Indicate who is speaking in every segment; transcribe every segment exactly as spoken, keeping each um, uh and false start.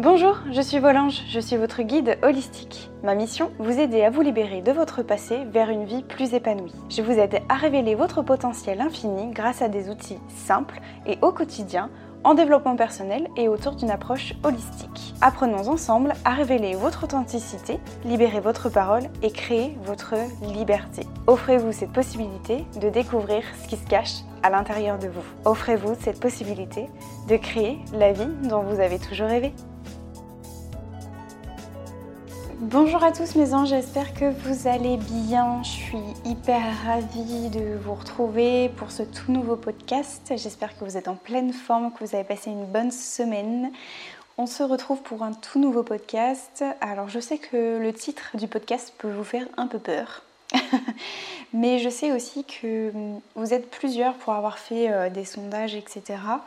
Speaker 1: Bonjour, je suis Volange, je suis votre guide holistique. Ma mission, vous aider à vous libérer de votre passé vers une vie plus épanouie. Je vous aide à révéler votre potentiel infini grâce à des outils simples et au quotidien, en développement personnel et autour d'une approche holistique. Apprenons ensemble à révéler votre authenticité, libérer votre parole et créer votre liberté. Offrez-vous cette possibilité de découvrir ce qui se cache à l'intérieur de vous. Offrez-vous cette possibilité de créer la vie dont vous avez toujours rêvé. Bonjour à tous mes anges, j'espère que vous allez bien. Je suis hyper ravie de vous retrouver pour ce tout nouveau podcast. J'espère que vous êtes en pleine forme, que vous avez passé une bonne semaine. On se retrouve pour un tout nouveau podcast. Alors je sais que le titre du podcast peut vous faire un peu peur. Mais je sais aussi que vous êtes plusieurs pour avoir fait euh, des sondages, et cetera.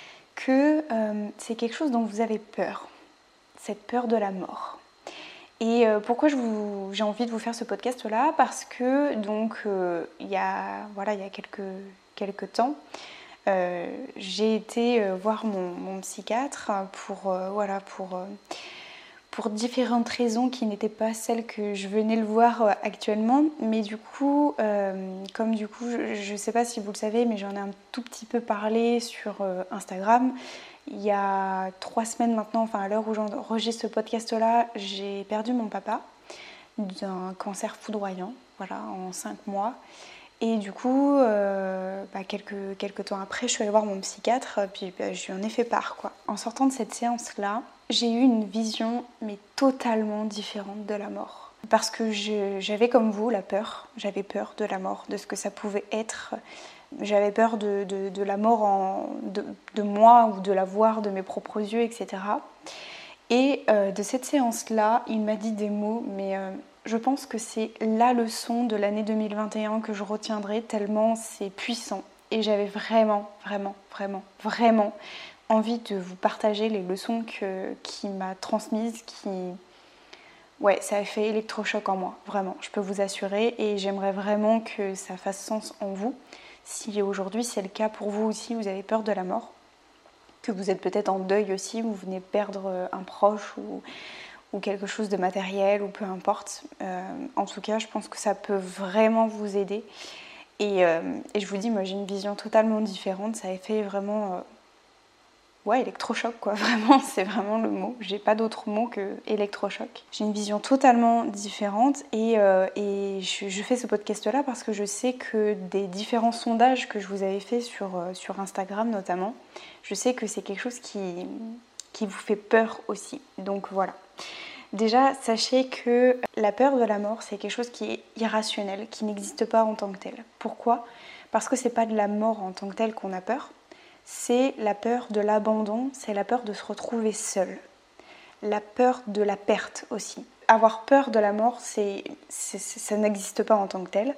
Speaker 1: Que euh, c'est quelque chose dont vous avez peur. Cette peur de la mort. Et euh, pourquoi je vous, j'ai envie de vous faire ce podcast-là? Parce que donc euh, il y a voilà il y a quelques quelques temps, euh, j'ai été euh, voir mon, mon psychiatre pour euh, voilà pour euh, pour différentes raisons qui n'étaient pas celles que je venais le voir actuellement. Mais du coup, euh, comme du coup, je ne sais pas si vous le savez, mais j'en ai un tout petit peu parlé sur euh, Instagram. Il y a trois semaines maintenant, enfin à l'heure où j'enregistre ce podcast-là, j'ai perdu mon papa d'un cancer foudroyant, voilà, en cinq mois. Et du coup, euh, bah, quelques, quelques temps après, je suis allée voir mon psychiatre, puis bah, je lui en ai fait part, quoi. En sortant de cette séance-là, j'ai eu une vision, mais totalement différente de la mort. Parce que je, j'avais comme vous la peur, j'avais peur de la mort, de ce que ça pouvait être. J'avais peur de, de, de la mort en, de, de moi ou de la voir de mes propres yeux, et cetera. Et euh, de cette séance-là, il m'a dit des mots, mais euh, je pense que c'est la leçon de l'année deux mille vingt et un que je retiendrai tellement c'est puissant. Et j'avais vraiment, vraiment, vraiment, vraiment envie de vous partager les leçons que, qu'il m'a transmises, qui... Ouais, ça a fait électrochoc en moi, vraiment, je peux vous assurer. Et j'aimerais vraiment que ça fasse sens en vous. Si aujourd'hui c'est le cas pour vous aussi, vous avez peur de la mort, que vous êtes peut-être en deuil aussi, vous venez perdre un proche ou, ou quelque chose de matériel ou peu importe. Euh, en tout cas, je pense que ça peut vraiment vous aider. Et, euh, et je vous dis, moi j'ai une vision totalement différente, ça a fait vraiment... Euh, Ouais, électrochoc quoi, vraiment, c'est vraiment le mot. J'ai pas d'autre mot que électrochoc. J'ai une vision totalement différente et, euh, et je, je fais ce podcast-là parce que je sais que des différents sondages que je vous avais fait sur, euh, sur Instagram notamment, je sais que c'est quelque chose qui, qui vous fait peur aussi. Donc voilà. Déjà, sachez que la peur de la mort, c'est quelque chose qui est irrationnel, qui n'existe pas en tant que tel. Pourquoi ? Parce que c'est pas de la mort en tant que telle qu'on a peur. C'est la peur de l'abandon, c'est la peur de se retrouver seul. La peur de la perte aussi. Avoir peur de la mort, c'est, c'est, ça n'existe pas en tant que tel.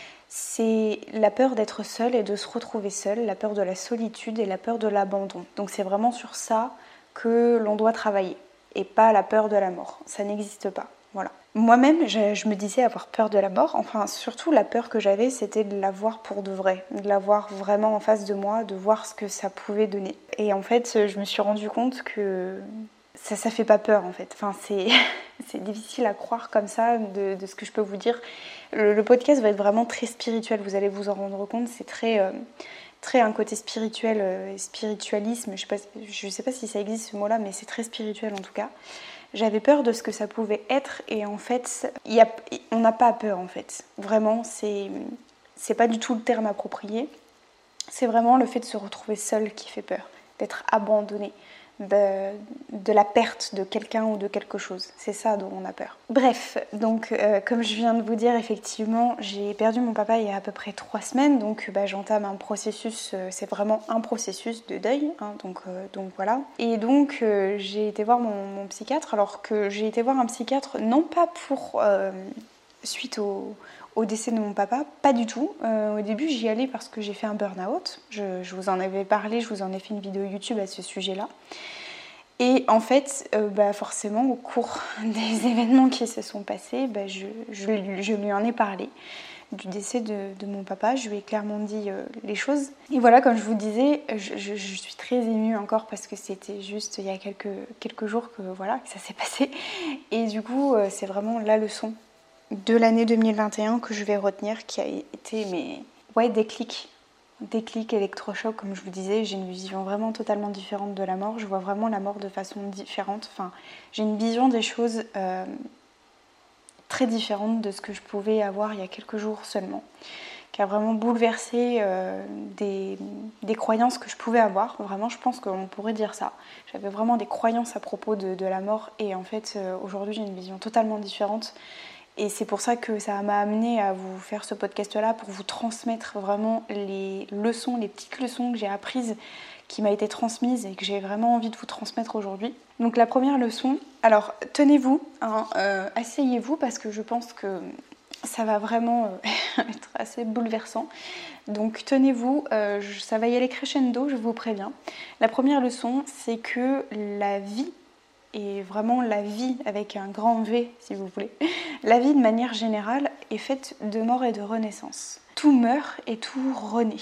Speaker 1: C'est la peur d'être seul et de se retrouver seul, la peur de la solitude et la peur de l'abandon. Donc c'est vraiment sur ça que l'on doit travailler et pas la peur de la mort. Ça n'existe pas. Voilà. Moi-même, je, je me disais avoir peur de la mort. Enfin, surtout la peur que j'avais, c'était de la voir pour de vrai, de la voir vraiment en face de moi, de voir ce que ça pouvait donner. Et en fait, je me suis rendu compte que ça, ça fait pas peur en fait. Enfin, c'est, c'est difficile à croire comme ça de, de ce que je peux vous dire. Le, le podcast va être vraiment très spirituel. Vous allez vous en rendre compte. C'est très, euh, très un côté spirituel, euh, spiritualisme. Je sais pas, je sais pas si ça existe ce mot-là, mais c'est très spirituel en tout cas. J'avais peur de ce que ça pouvait être et en fait, y a, on n'a pas peur en fait. Vraiment, c'est, c'est pas du tout le terme approprié. C'est vraiment le fait de se retrouver seul qui fait peur, d'être abandonné, de, de la perte de quelqu'un ou de quelque chose. C'est ça dont on a peur. Bref, donc euh, comme je viens de vous dire, effectivement, j'ai perdu mon papa il y a à peu près trois semaines, donc bah, j'entame un processus, euh, c'est vraiment un processus de deuil, hein, donc, euh, donc voilà. Et donc euh, j'ai été voir mon, mon psychiatre, alors que j'ai été voir un psychiatre non pas pour euh, suite au Au décès de mon papa, pas du tout. Euh, au début, j'y allais parce que j'ai fait un burn-out. Je, je vous en avais parlé, je vous en ai fait une vidéo YouTube à ce sujet-là. Et en fait, euh, bah forcément, au cours des événements qui se sont passés, bah je, je, je lui en ai parlé. du décès de, de mon papa. Je lui ai clairement dit euh, les choses. Et voilà, comme je vous disais, je, je, je suis très émue encore parce que c'était juste il y a quelques, quelques jours que, voilà, que ça s'est passé. Et du coup, euh, c'est vraiment la leçon de l'année deux mille vingt et un que je vais retenir, qui a été mais ouais, déclic. Déclic, électrochoc, comme je vous disais, j'ai une vision vraiment totalement différente de la mort. Je vois vraiment la mort de façon différente. Enfin, j'ai une vision des choses euh, très différente de ce que je pouvais avoir il y a quelques jours seulement, qui a vraiment bouleversé euh, des, des croyances que je pouvais avoir. Vraiment, je pense qu'on pourrait dire ça. J'avais vraiment des croyances à propos de, de la mort et en fait, euh, aujourd'hui, j'ai une vision totalement différente. Et c'est pour ça que ça m'a amenée à vous faire ce podcast-là, pour vous transmettre vraiment les leçons, les petites leçons que j'ai apprises, qui m'a été transmise et que j'ai vraiment envie de vous transmettre aujourd'hui. Donc la première leçon, alors tenez-vous, hein, euh, asseyez-vous parce que je pense que ça va vraiment euh, être assez bouleversant. Donc tenez-vous, euh, ça va y aller crescendo, je vous préviens. La première leçon, c'est que la vie, et vraiment la vie avec un grand V si vous voulez, la vie de manière générale est faite de mort et de renaissance. Tout meurt et tout renaît.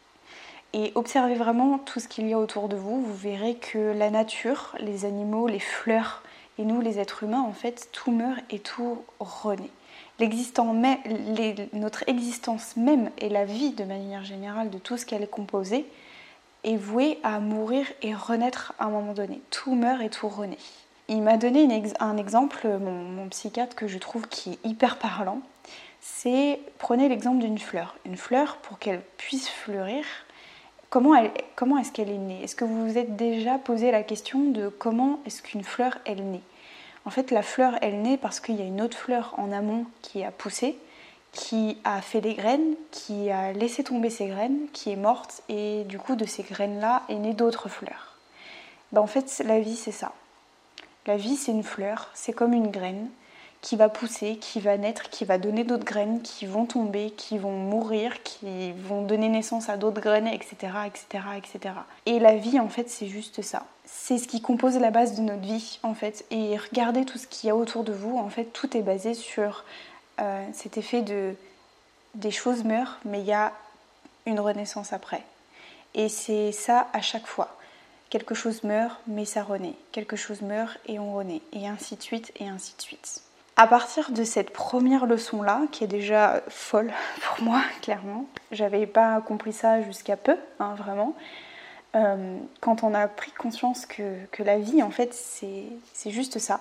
Speaker 1: Et observez vraiment tout ce qu'il y a autour de vous, vous verrez que la nature, les animaux, les fleurs et nous les êtres humains, en fait, tout meurt et tout renaît. L'existant même, les, notre existence même et la vie de manière générale de tout ce qu'elle est composée est vouée à mourir et renaître à un moment donné. Tout meurt et tout renaît. Il m'a donné une ex- un exemple, mon, mon psychiatre, que je trouve qui est hyper parlant. C'est, prenez l'exemple d'une fleur. Une fleur, pour qu'elle puisse fleurir, comment, elle, comment est-ce qu'elle est née? Est-ce que vous vous êtes déjà posé la question de comment est-ce qu'une fleur, elle naît? En fait, la fleur, elle naît parce qu'il y a une autre fleur en amont qui a poussé, qui a fait des graines, qui a laissé tomber ses graines, qui est morte, et du coup de ces graines-là est née d'autres fleurs. Ben, en fait, la vie c'est ça. La vie c'est une fleur, c'est comme une graine qui va pousser, qui va naître, qui va donner d'autres graines, qui vont tomber, qui vont mourir, qui vont donner naissance à d'autres graines, et cetera, et cetera, et cetera. Et la vie en fait c'est juste ça. C'est ce qui compose la base de notre vie en fait. Et regardez tout ce qu'il y a autour de vous, en fait tout est basé sur Euh, cet effet de des choses meurent mais il y a une renaissance après, et c'est ça à chaque fois. Quelque chose meurt mais ça renaît, quelque chose meurt et on renaît, et ainsi de suite et ainsi de suite. À partir de cette première leçon là, qui est déjà folle pour moi clairement, j'avais pas compris ça jusqu'à peu, hein, vraiment. Euh, quand on a pris conscience que, que la vie en fait c'est, c'est juste ça.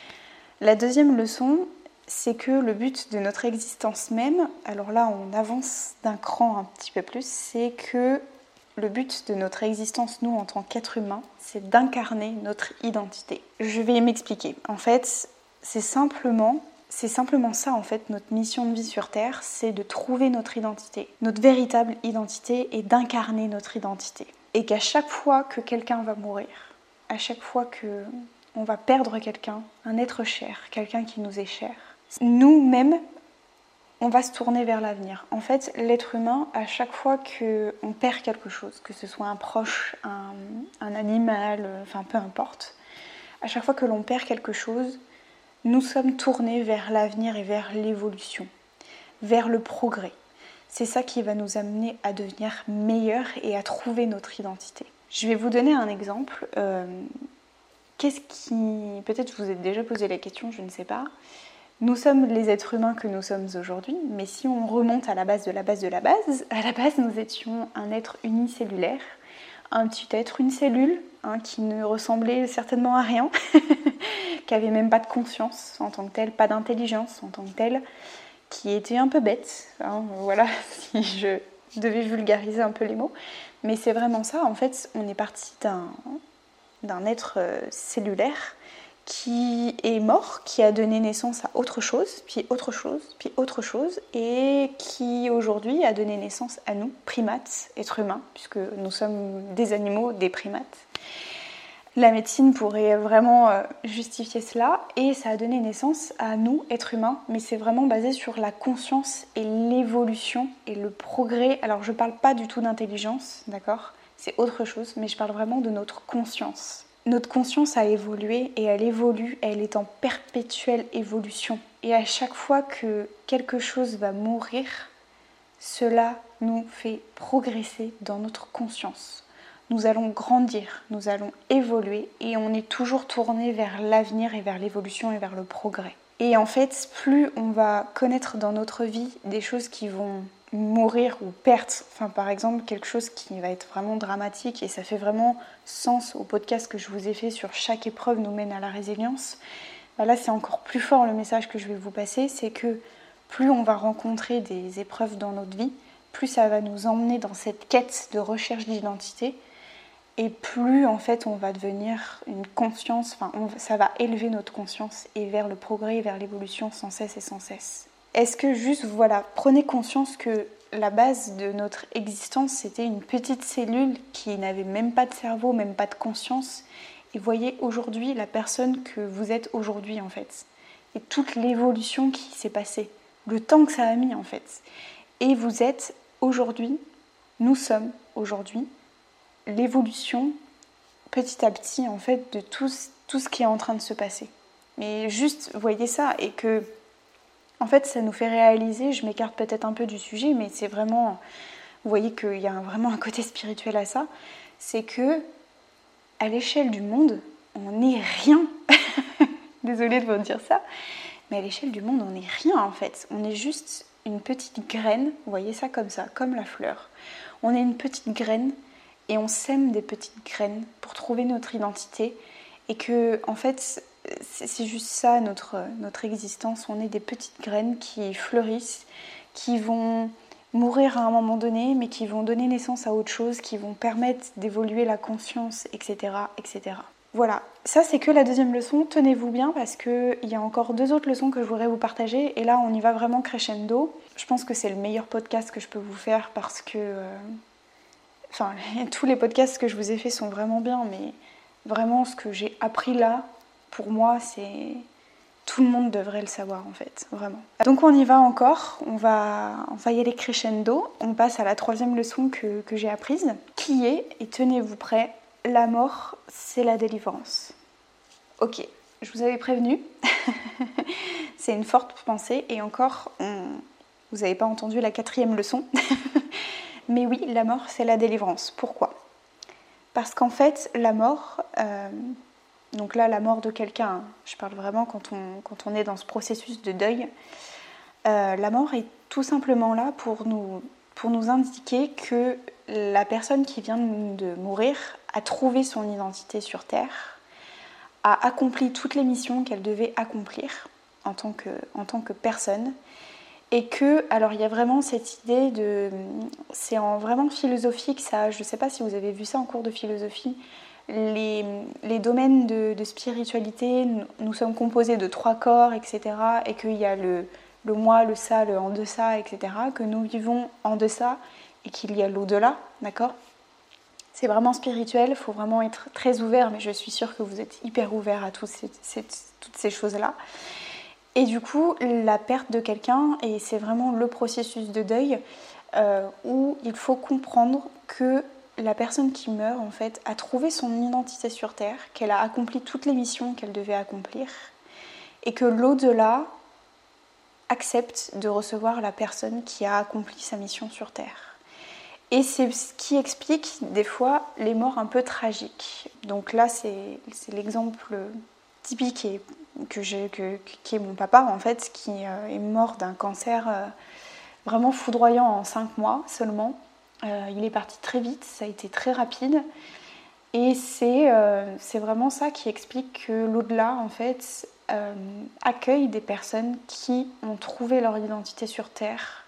Speaker 1: La deuxième leçon, c'est que le but de notre existence même, alors là on avance d'un cran un petit peu plus, c'est que le but de notre existence, nous en tant qu'êtres humains, c'est d'incarner notre identité. Je vais m'expliquer. En fait, c'est simplement, c'est simplement ça en fait, notre mission de vie sur Terre, c'est de trouver notre identité. Notre véritable identité est d'incarner notre identité. Et qu'à chaque fois que quelqu'un va mourir, à chaque fois que on va perdre quelqu'un, un être cher, quelqu'un qui nous est cher, nous-mêmes, on va se tourner vers l'avenir. En fait, l'être humain, à chaque fois qu'on perd quelque chose, que ce soit un proche, un, un animal, enfin peu importe, à chaque fois que l'on perd quelque chose, nous sommes tournés vers l'avenir et vers l'évolution, vers le progrès. C'est ça qui va nous amener à devenir meilleurs et à trouver notre identité. Je vais vous donner un exemple. Euh, qu'est-ce qui... Peut-être vous vous êtes déjà posé la question, je ne sais pas. Nous sommes les êtres humains que nous sommes aujourd'hui, mais si on remonte à la base de la base de la base, à la base nous étions un être unicellulaire, un petit être, une cellule, hein, qui ne ressemblait certainement à rien, qui n'avait même pas de conscience en tant que tel, pas d'intelligence en tant que tel, qui était un peu bête, hein, voilà, si je devais vulgariser un peu les mots, mais c'est vraiment ça, en fait, on est parti d'un, d'un être cellulaire qui est mort, qui a donné naissance à autre chose, puis autre chose, puis autre chose, et qui aujourd'hui a donné naissance à nous, primates, êtres humains, puisque nous sommes des animaux, des primates. La médecine pourrait vraiment justifier cela, et ça a donné naissance à nous, êtres humains, mais c'est vraiment basé sur la conscience et l'évolution et le progrès. Alors je ne parle pas du tout d'intelligence, d'accord ? C'est autre chose, mais je parle vraiment de notre conscience. Notre conscience a évolué et elle évolue, elle est en perpétuelle évolution. Et à chaque fois que quelque chose va mourir, cela nous fait progresser dans notre conscience. Nous allons grandir, nous allons évoluer et on est toujours tourné vers l'avenir et vers l'évolution et vers le progrès. Et en fait, plus on va connaître dans notre vie des choses qui vont mourir ou perdre, enfin par exemple quelque chose qui va être vraiment dramatique, et ça fait vraiment sens au podcast que je vous ai fait sur chaque épreuve nous mène à la résilience, bah là c'est encore plus fort le message que je vais vous passer, c'est que plus on va rencontrer des épreuves dans notre vie, plus ça va nous emmener dans cette quête de recherche d'identité, et plus en fait on va devenir une conscience, enfin on, ça va élever notre conscience et vers le progrès et vers l'évolution sans cesse et sans cesse. Est-ce que juste, voilà, prenez conscience que la base de notre existence, c'était une petite cellule qui n'avait même pas de cerveau, même pas de conscience. Et voyez aujourd'hui la personne que vous êtes aujourd'hui en fait. Et toute l'évolution qui s'est passée. Le temps que ça a mis en fait. Et vous êtes aujourd'hui, nous sommes aujourd'hui, l'évolution petit à petit en fait de tout, tout ce qui est en train de se passer. Mais juste, voyez ça et que... En fait, ça nous fait réaliser, je m'écarte peut-être un peu du sujet, mais c'est vraiment, vous voyez qu'il y a vraiment un côté spirituel à ça, c'est que à l'échelle du monde, on n'est rien. Désolée de vous dire ça, mais à l'échelle du monde, on n'est rien en fait. On est juste une petite graine, vous voyez ça comme ça, comme la fleur. On est une petite graine et on sème des petites graines pour trouver notre identité et que, en fait, c'est juste ça notre, notre existence, on est des petites graines qui fleurissent, qui vont mourir à un moment donné, mais qui vont donner naissance à autre chose, qui vont permettre d'évoluer la conscience, et cetera, et cetera. Voilà, ça c'est que la deuxième leçon, tenez-vous bien parce qu'il y a encore deux autres leçons que je voudrais vous partager et là on y va vraiment crescendo. Je pense que c'est le meilleur podcast que je peux vous faire parce que... Euh... Enfin, tous les podcasts que je vous ai faits sont vraiment bien, mais vraiment ce que j'ai appris là, pour moi, c'est... Tout le monde devrait le savoir en fait, vraiment. Donc on y va encore, on va, on va y aller crescendo. On passe à la troisième leçon que, que j'ai apprise, qui est, et tenez-vous prêts, la mort, c'est la délivrance. Ok, je vous avais prévenu, c'est une forte pensée, et encore, on... vous n'avez pas entendu la quatrième leçon. Mais oui, la mort, c'est la délivrance. Pourquoi ? Parce qu'en fait, la mort... Euh... Donc là, la mort de quelqu'un, je parle vraiment quand on, quand on est dans ce processus de deuil, euh, la mort est tout simplement là pour nous, pour nous indiquer que la personne qui vient de mourir a trouvé son identité sur Terre, a accompli toutes les missions qu'elle devait accomplir en tant que, en tant que personne, et que, alors il y a vraiment cette idée de... C'est en vraiment philosophique ça, je ne sais pas si vous avez vu ça en cours de philosophie. Les, les domaines de, de spiritualité, nous, nous sommes composés de trois corps, et cetera. Et qu'il y a le, le moi, le ça, le en deçà, et cetera. Que nous vivons en deçà et qu'il y a l'au-delà, d'accord ? C'est vraiment spirituel, il faut vraiment être très ouvert, mais je suis sûre que vous êtes hyper ouvert à toutes ces, ces, toutes ces choses-là. Et du coup, la perte de quelqu'un, et c'est vraiment le processus de deuil, euh, où il faut comprendre que la personne qui meurt, en fait, a trouvé son identité sur Terre, qu'elle a accompli toutes les missions qu'elle devait accomplir, et que l'au-delà accepte de recevoir la personne qui a accompli sa mission sur Terre. Et c'est ce qui explique, des fois, les morts un peu tragiques. Donc là, c'est, c'est l'exemple typique et que j'ai, que, qui est mon papa, en fait, qui euh, est mort d'un cancer euh, vraiment foudroyant en cinq mois seulement. Euh, il est parti très vite, ça a été très rapide et c'est, euh, c'est vraiment ça qui explique que l'au-delà en fait euh, accueille des personnes qui ont trouvé leur identité sur Terre.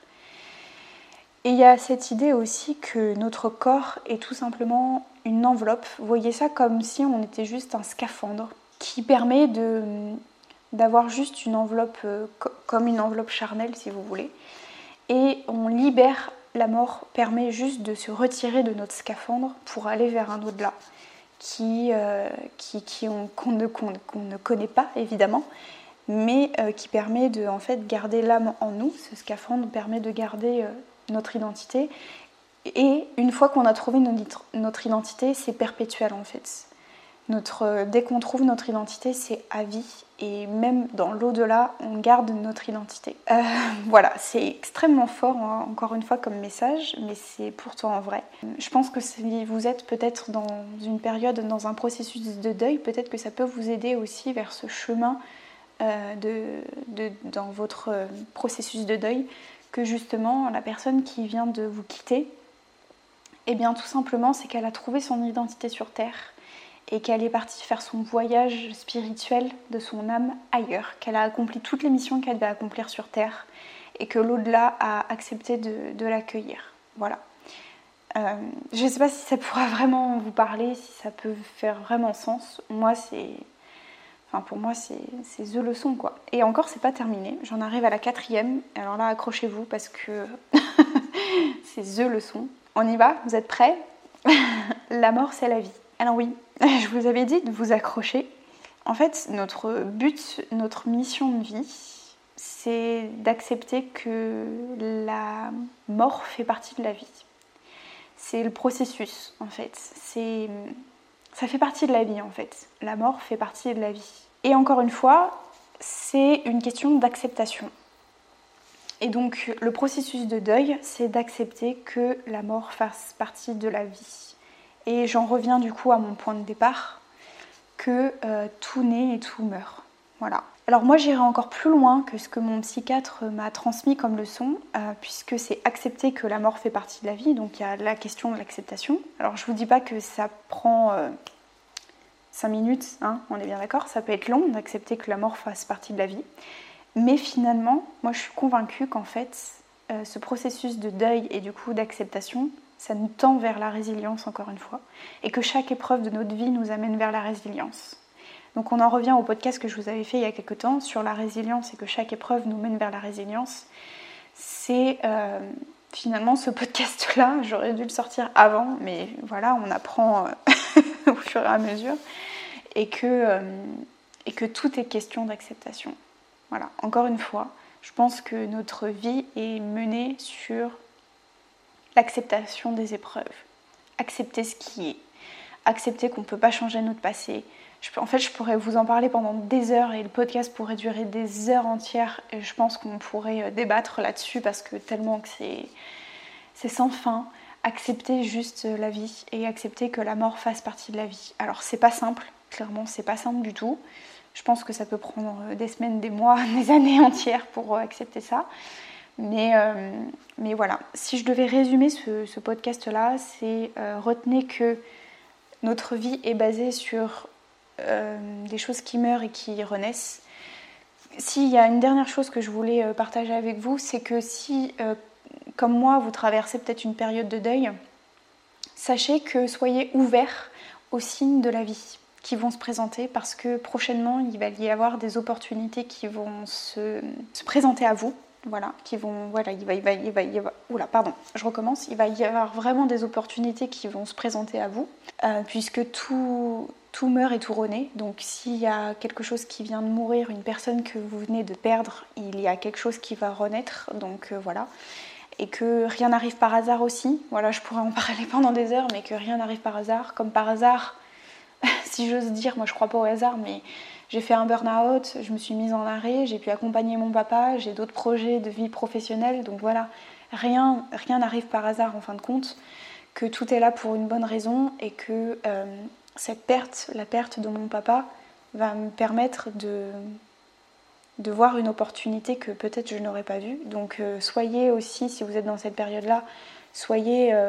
Speaker 1: Et il y a cette idée aussi que notre corps est tout simplement une enveloppe. Vous voyez ça comme si on était juste un scaphandre qui permet de, d'avoir juste une enveloppe, euh, comme une enveloppe charnelle si vous voulez. Et on libère, la mort permet juste de se retirer de notre scaphandre pour aller vers un au-delà qui, euh, qui, qui on, qu'on, ne, qu'on, qu'on ne connaît pas évidemment, mais euh, qui permet de en fait, garder l'âme en nous. Ce scaphandre permet de garder euh, notre identité et une fois qu'on a trouvé notre, notre identité, c'est perpétuel en fait. Notre, dès qu'on trouve notre identité, c'est à vie. Et même dans l'au-delà, on garde notre identité. Euh, voilà, c'est extrêmement fort, hein, encore une fois, comme message, mais c'est pourtant vrai. Je pense que si vous êtes peut-être dans une période, dans un processus de deuil, peut-être que ça peut vous aider aussi vers ce chemin euh, de, de, dans votre processus de deuil, que justement, la personne qui vient de vous quitter, eh bien, tout simplement, c'est qu'elle a trouvé son identité sur Terre, et qu'elle est partie faire son voyage spirituel de son âme ailleurs, qu'elle a accompli toutes les missions qu'elle devait accomplir sur Terre, et que l'au-delà a accepté de, de l'accueillir. Voilà. Euh, je ne sais pas si ça pourra vraiment vous parler, si ça peut faire vraiment sens. Moi, c'est... Enfin, pour moi, c'est, c'est the leçon, quoi. Et encore, c'est pas terminé. J'en arrive à la quatrième. Alors là, accrochez-vous, parce que c'est the leçon. On y va? Vous êtes prêts? La mort, c'est la vie. Alors oui, je vous avais dit de vous accrocher. En fait, notre but, notre mission de vie, c'est d'accepter que la mort fait partie de la vie. C'est le processus, en fait. C'est, ça fait partie de la vie, en fait. La mort fait partie de la vie. Et encore une fois, c'est une question d'acceptation. Et donc, le processus de deuil, c'est d'accepter que la mort fasse partie de la vie. Et j'en reviens du coup à mon point de départ, que euh, tout naît et tout meurt. Voilà. Alors moi j'irai encore plus loin que ce que mon psychiatre m'a transmis comme leçon, euh, puisque c'est accepter que la mort fait partie de la vie, donc il y a la question de l'acceptation. Alors je vous dis pas que ça prend euh, cinq minutes, hein, on est bien d'accord, ça peut être long d'accepter que la mort fasse partie de la vie, mais finalement, moi je suis convaincue qu'en fait, euh, ce processus de deuil et du coup d'acceptation, ça nous tend vers la résilience encore une fois, et que chaque épreuve de notre vie nous amène vers la résilience. Donc on en revient au podcast que je vous avais fait il y a quelques temps sur la résilience et que chaque épreuve nous mène vers la résilience. C'est euh, finalement ce podcast-là, j'aurais dû le sortir avant, mais voilà, on apprend euh, au fur et à mesure, et que, euh, et que tout est question d'acceptation. Voilà, encore une fois, je pense que notre vie est menée sur l'acceptation des épreuves, accepter ce qui est, accepter qu'on ne peut pas changer notre passé. Je peux, en fait, je pourrais vous en parler pendant des heures et le podcast pourrait durer des heures entières et je pense qu'on pourrait débattre là-dessus parce que tellement que c'est, c'est sans fin. Accepter juste la vie et accepter que la mort fasse partie de la vie. Alors c'est pas simple, clairement c'est pas simple du tout. Je pense que ça peut prendre des semaines, des mois, des années entières pour accepter ça. Mais, euh, mais voilà, si je devais résumer ce, ce podcast-là, c'est euh, retenez que notre vie est basée sur euh, des choses qui meurent et qui renaissent. S'il y a une dernière chose que je voulais euh, partager avec vous, c'est que si, euh, comme moi, vous traversez peut-être une période de deuil, sachez que soyez ouverts aux signes de la vie qui vont se présenter parce que prochainement, il va y avoir des opportunités qui vont se, se présenter à vous. Voilà, qui vont, voilà, il va, il va, il va, il va, oula, pardon, je recommence. Il va y avoir vraiment des opportunités qui vont se présenter à vous, euh, puisque tout, tout meurt et tout renaît. Donc, s'il y a quelque chose qui vient de mourir, une personne que vous venez de perdre, il y a quelque chose qui va renaître. Donc, euh, voilà. Et que rien n'arrive par hasard aussi. Voilà, je pourrais en parler pendant des heures, mais que rien n'arrive par hasard. Comme par hasard, si j'ose dire, moi je crois pas au hasard, mais j'ai fait un burn-out, je me suis mise en arrêt, j'ai pu accompagner mon papa, j'ai d'autres projets de vie professionnelle, donc voilà, rien rien n'arrive par hasard en fin de compte, que tout est là pour une bonne raison et que euh, cette perte, la perte de mon papa, va me permettre de, de voir une opportunité que peut-être je n'aurais pas vue. Donc euh, soyez aussi, si vous êtes dans cette période-là, soyez euh,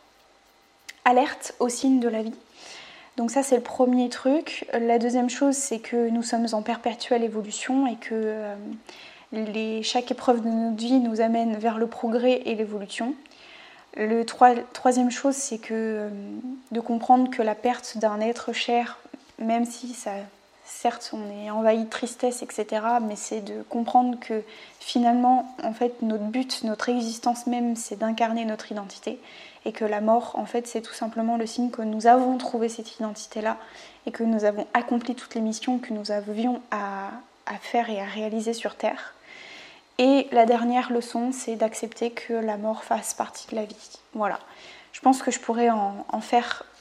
Speaker 1: alerte aux signes de la vie. Donc ça c'est le premier truc. La deuxième chose c'est que nous sommes en perpétuelle évolution et que euh, les, chaque épreuve de notre vie nous amène vers le progrès et l'évolution. Le trois, troisième chose c'est que euh, de comprendre que la perte d'un être cher, même si ça, certes on est envahi de tristesse, et cetera, mais c'est de comprendre que finalement en fait notre but, notre existence même c'est d'incarner notre identité. Et que la mort, en fait, c'est tout simplement le signe que nous avons trouvé cette identité-là et que nous avons accompli toutes les missions que nous avions à, à faire et à réaliser sur Terre. Et la dernière leçon, c'est d'accepter que la mort fasse partie de la vie. Voilà. Je pense que je pourrais en, en faire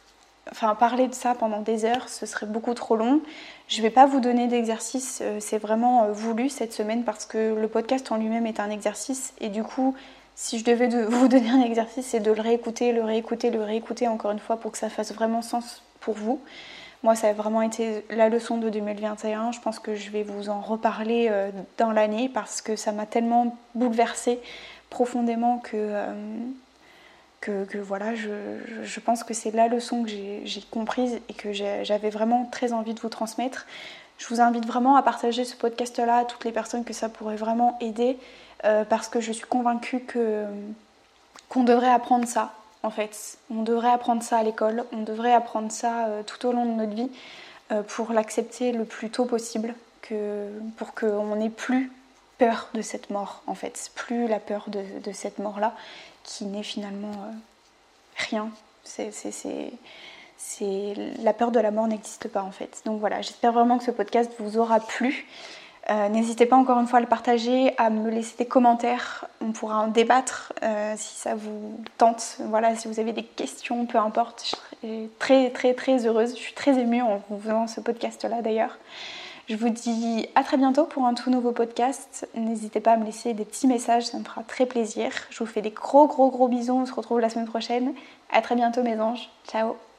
Speaker 1: enfin parler de ça pendant des heures, ce serait beaucoup trop long. Je ne vais pas vous donner d'exercice, euh, c'est vraiment euh, voulu cette semaine parce que le podcast en lui-même est un exercice et du coup, si je devais de vous donner un exercice, c'est de le réécouter, le réécouter, le réécouter encore une fois pour que ça fasse vraiment sens pour vous. Moi, ça a vraiment été la leçon de deux mille vingt et un. Je pense que je vais vous en reparler euh, dans l'année parce que ça m'a tellement bouleversée profondément que... Euh, Que, que voilà, je, je pense que c'est la leçon que j'ai, j'ai comprise et que j'ai, j'avais vraiment très envie de vous transmettre. Je vous invite vraiment à partager ce podcast-là à toutes les personnes que ça pourrait vraiment aider euh, parce que je suis convaincue que, qu'on devrait apprendre ça en fait. On devrait apprendre ça à l'école, on devrait apprendre ça euh, tout au long de notre vie euh, pour l'accepter le plus tôt possible, que, pour qu'on n'ait plus peur de cette mort en fait, plus la peur de, de cette mort-là qui n'est finalement euh, rien. C'est, c'est, c'est, c'est... La peur de la mort n'existe pas en fait. Donc voilà, j'espère vraiment que ce podcast vous aura plu. Euh, n'hésitez pas encore une fois à le partager, à me laisser des commentaires. On pourra en débattre euh, si ça vous tente. Voilà, si vous avez des questions, peu importe. Je serai très très très heureuse. Je suis très émue en vous faisant ce podcast-là d'ailleurs. Je vous dis à très bientôt pour un tout nouveau podcast. N'hésitez pas à me laisser des petits messages, ça me fera très plaisir. Je vous fais des gros gros gros bisous, on se retrouve la semaine prochaine. À très bientôt mes anges, ciao.